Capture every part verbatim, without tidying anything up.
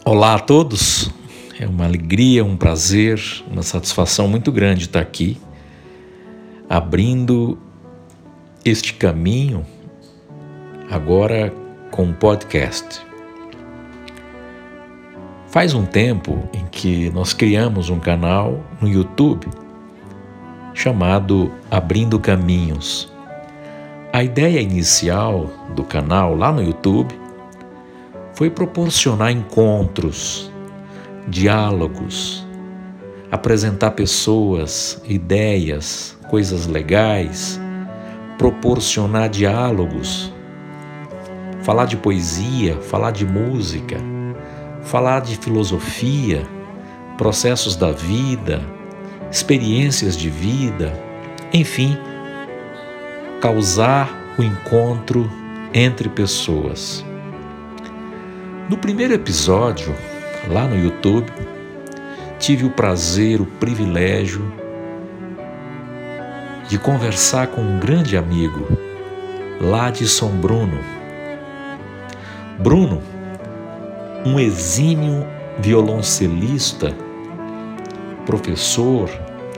Olá a todos, é uma alegria, um prazer, uma satisfação muito grande estar aqui, abrindo este caminho agora com um podcast. Faz um tempo em que nós criamos um canal no YouTube chamado Abrindo Caminhos. A ideia inicial do canal lá no YouTube foi proporcionar encontros, diálogos, apresentar pessoas, ideias, coisas legais, proporcionar diálogos, falar de poesia, falar de música, falar de filosofia, processos da vida, experiências de vida, enfim, causar o encontro entre pessoas. No primeiro episódio, lá no YouTube, tive o prazer, o privilégio de conversar com um grande amigo, Ladisson Bruno. Bruno, um exímio violoncelista, professor,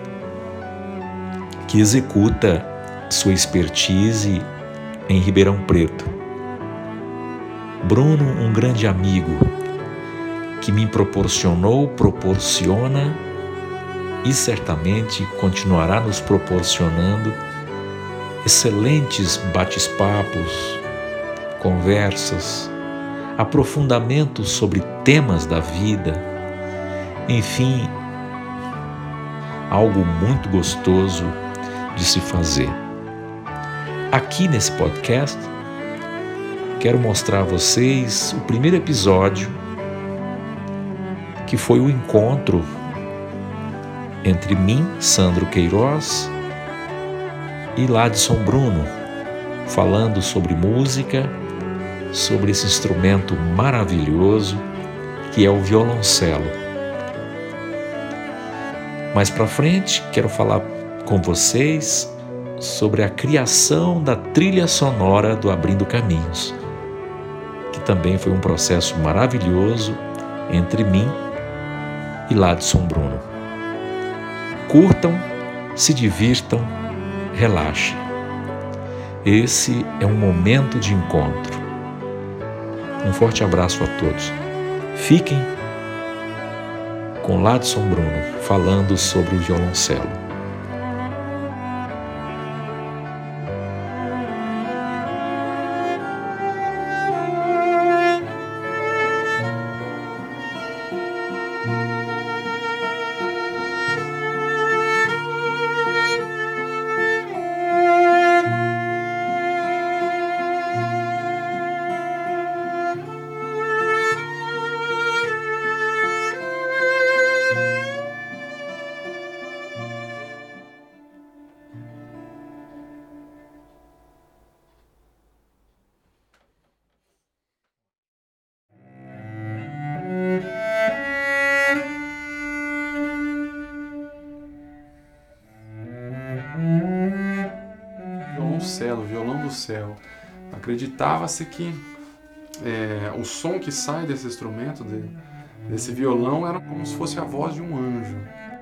que executa sua expertise em Ribeirão Preto. Bruno, um grande amigo, que me proporcionou, proporciona e certamente continuará nos proporcionando excelentes bate-papos, conversas, aprofundamentos sobre temas da vida, enfim, algo muito gostoso de se fazer. Aqui nesse podcast, quero mostrar a vocês o primeiro episódio, que foi o encontro entre mim, Sandro Queiroz, e Ladisson Bruno, falando sobre música, sobre esse instrumento maravilhoso que é o violoncelo. Mais para frente, quero falar com vocês sobre a criação da trilha sonora do Abrindo Caminhos, que também foi um processo maravilhoso entre mim e Ladisson Bruno. Curtam, se divirtam, relaxem. Esse é um momento de encontro. Um forte abraço a todos. Fiquem com Ladisson Bruno falando sobre o violoncelo. Violoncelo, violão do céu. Acreditava-se que é, o som que sai desse instrumento, de, desse violão, era como se fosse a voz de um anjo.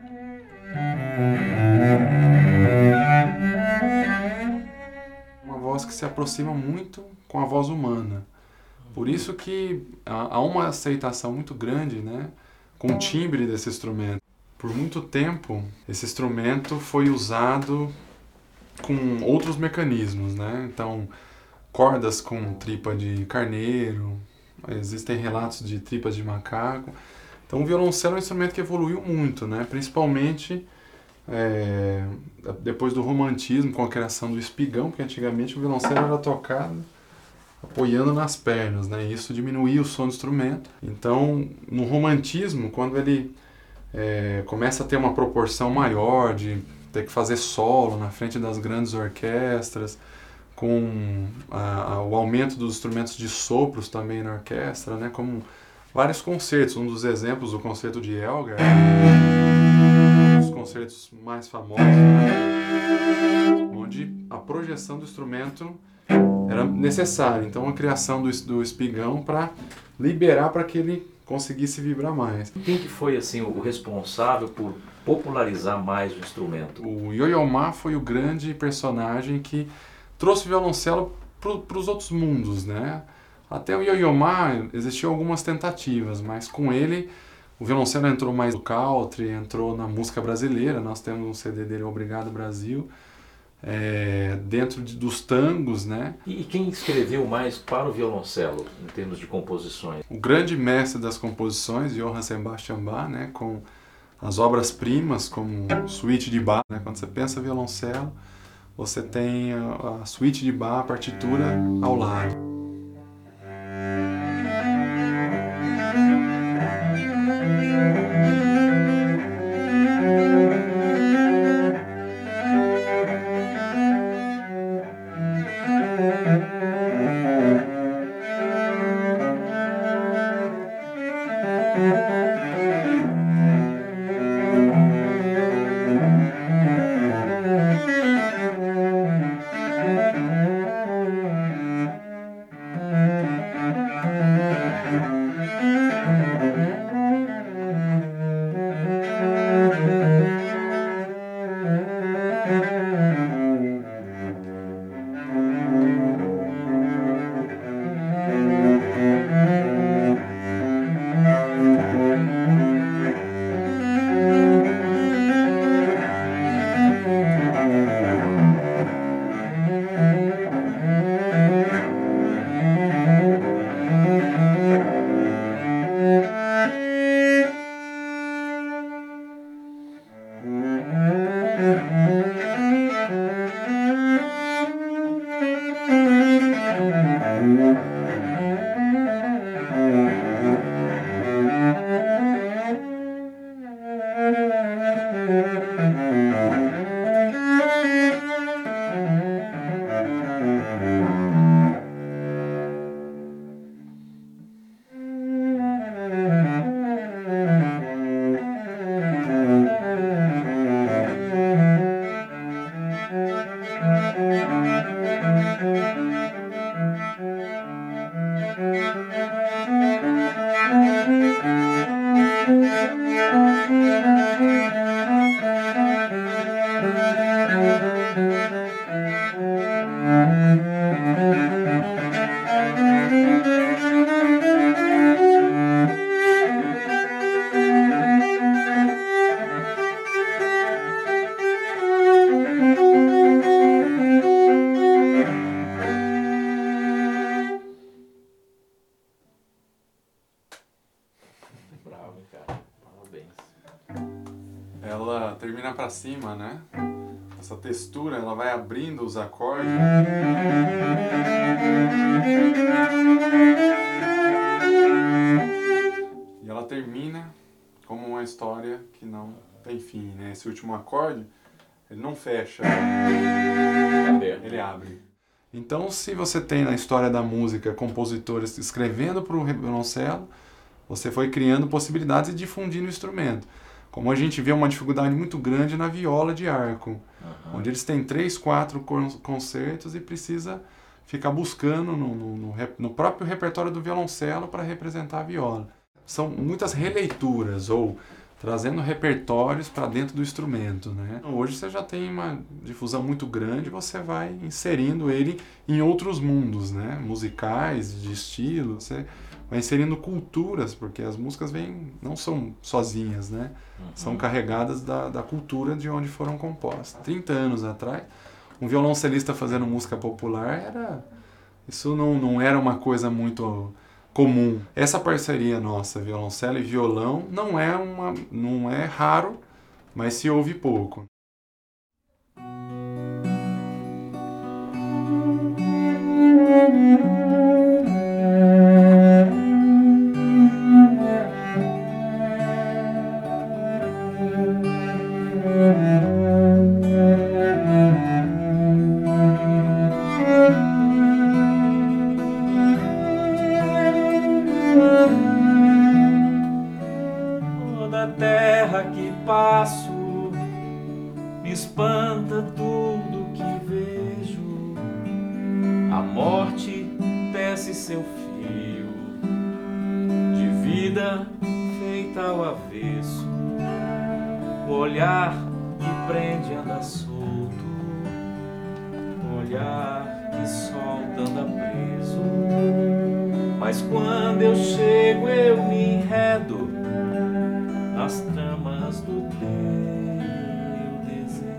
Uma voz que se aproxima muito com a voz humana. Por isso que há uma aceitação muito grande, né, com o timbre desse instrumento. Por muito tempo, esse instrumento foi usado com outros mecanismos, né? Então, cordas com tripa de carneiro, existem relatos de tripas de macaco. Então, o violoncelo é um instrumento que evoluiu muito, né? Principalmente é, depois do romantismo, com a criação do espigão, porque antigamente o violoncelo era tocado apoiando nas pernas, né? E isso diminuía o som do instrumento. Então, no romantismo, quando ele é, começa a ter uma proporção maior de ter que fazer solo na frente das grandes orquestras, com a, a, o aumento dos instrumentos de sopros também na orquestra, né, como vários concertos. Um dos exemplos, o concerto de Elgar, um dos concertos mais famosos, né, onde a projeção do instrumento era necessária. Então, a criação do, do espigão para liberar para que ele conseguisse vibrar mais. Quem que foi assim o responsável por popularizar mais o instrumento? O Yo-Yo Ma foi o grande personagem que trouxe o violoncelo para os outros mundos, né? Até o Yo-Yo Ma existiam algumas tentativas, mas com ele o violoncelo entrou mais no country, entrou na música brasileira. Nós temos um C D dele, Obrigado Brasil, é, dentro de, dos tangos, né? E quem escreveu mais para o violoncelo, em termos de composições? O grande mestre das composições, Johann Sebastian Bach, né? Com as obras-primas, como Suíte de Bach, né? Quando você pensa violoncelo, você tem a, a Suíte de Bach, a partitura ao lado. Bravo, cara. Parabéns. Ela termina para cima, né? Essa textura, ela vai abrindo os acordes. E ela termina como uma história que não tem fim, né? Esse último acorde, ele não fecha, ele abre. Então, se você tem na história da música compositores escrevendo para o violoncelo, você foi criando possibilidades e difundindo o instrumento. Como a gente vê uma dificuldade muito grande na viola de arco, uhum. onde eles têm três, quatro concertos e precisa ficar buscando no, no, no, no próprio repertório do violoncelo para representar a viola. São muitas releituras ou trazendo repertórios para dentro do instrumento, né? Hoje você já tem uma difusão muito grande, você vai inserindo ele em outros mundos, né? Musicais, de estilo, você vai inserindo culturas, porque as músicas vêm, não são sozinhas, né? Uhum. São carregadas da, da cultura de onde foram compostas. trinta anos atrás, um violoncelista fazendo música popular, era, isso não, não era uma coisa muito comum. Essa parceria nossa, violoncelo e violão, não é, uma, não é raro, mas se ouve pouco. Toda terra que passo me espanta tudo que vejo. A morte tece seu fio de vida feita ao avesso, o olhar que prende anda solto, o olhar que solta anda preso. Mas quando eu chego eu me enredo nas tramas do teu desejo.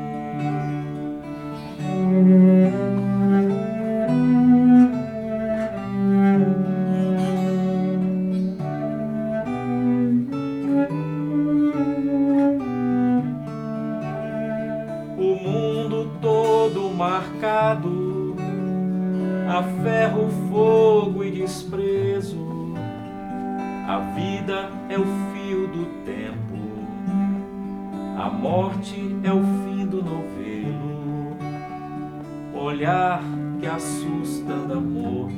O mundo todo marcado a ferro, fogo e desprezo. A vida é o fio do tempo, a morte é o fim do novelo. Olhar que assusta anda morto,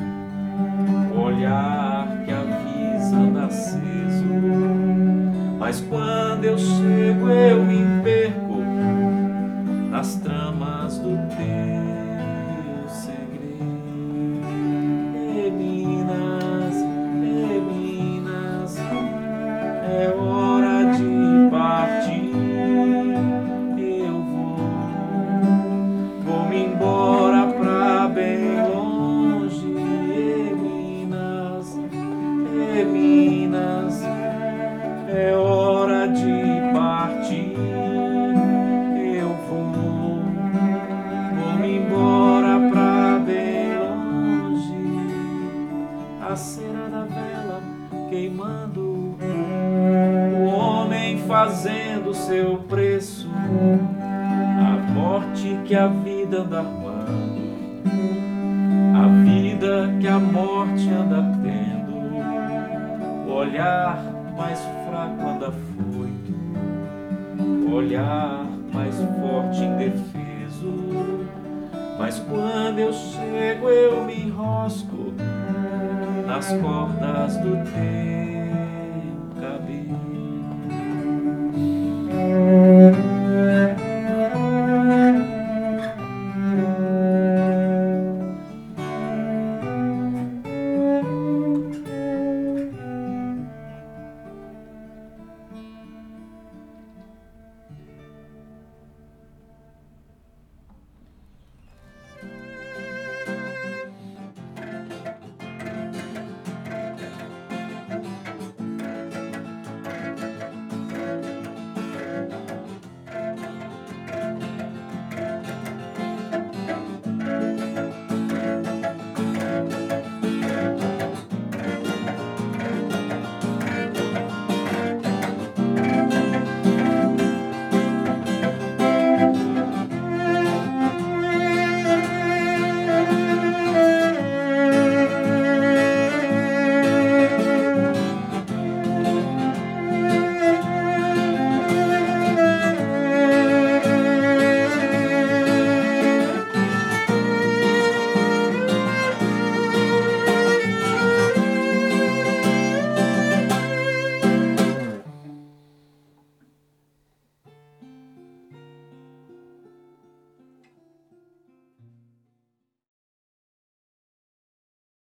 olhar que avisa anda aceso. Mas quando eu chego eu me perco nas tramas do teu segredo. E Minas, e Minas, é hora de partir. Eu vou, vou-me embora pra bem longe. E Minas, e Minas, é hora de partir. Eu vou, vou-me embora pra bem longe. A cera da vela queimando, o homem fazendo seu preço, a morte que a vida anda armando, a vida que a morte anda tendo. O olhar mais fraco anda foito, o olhar mais forte indefeso. Mas quando eu chego eu me enrosco nas cordas do teu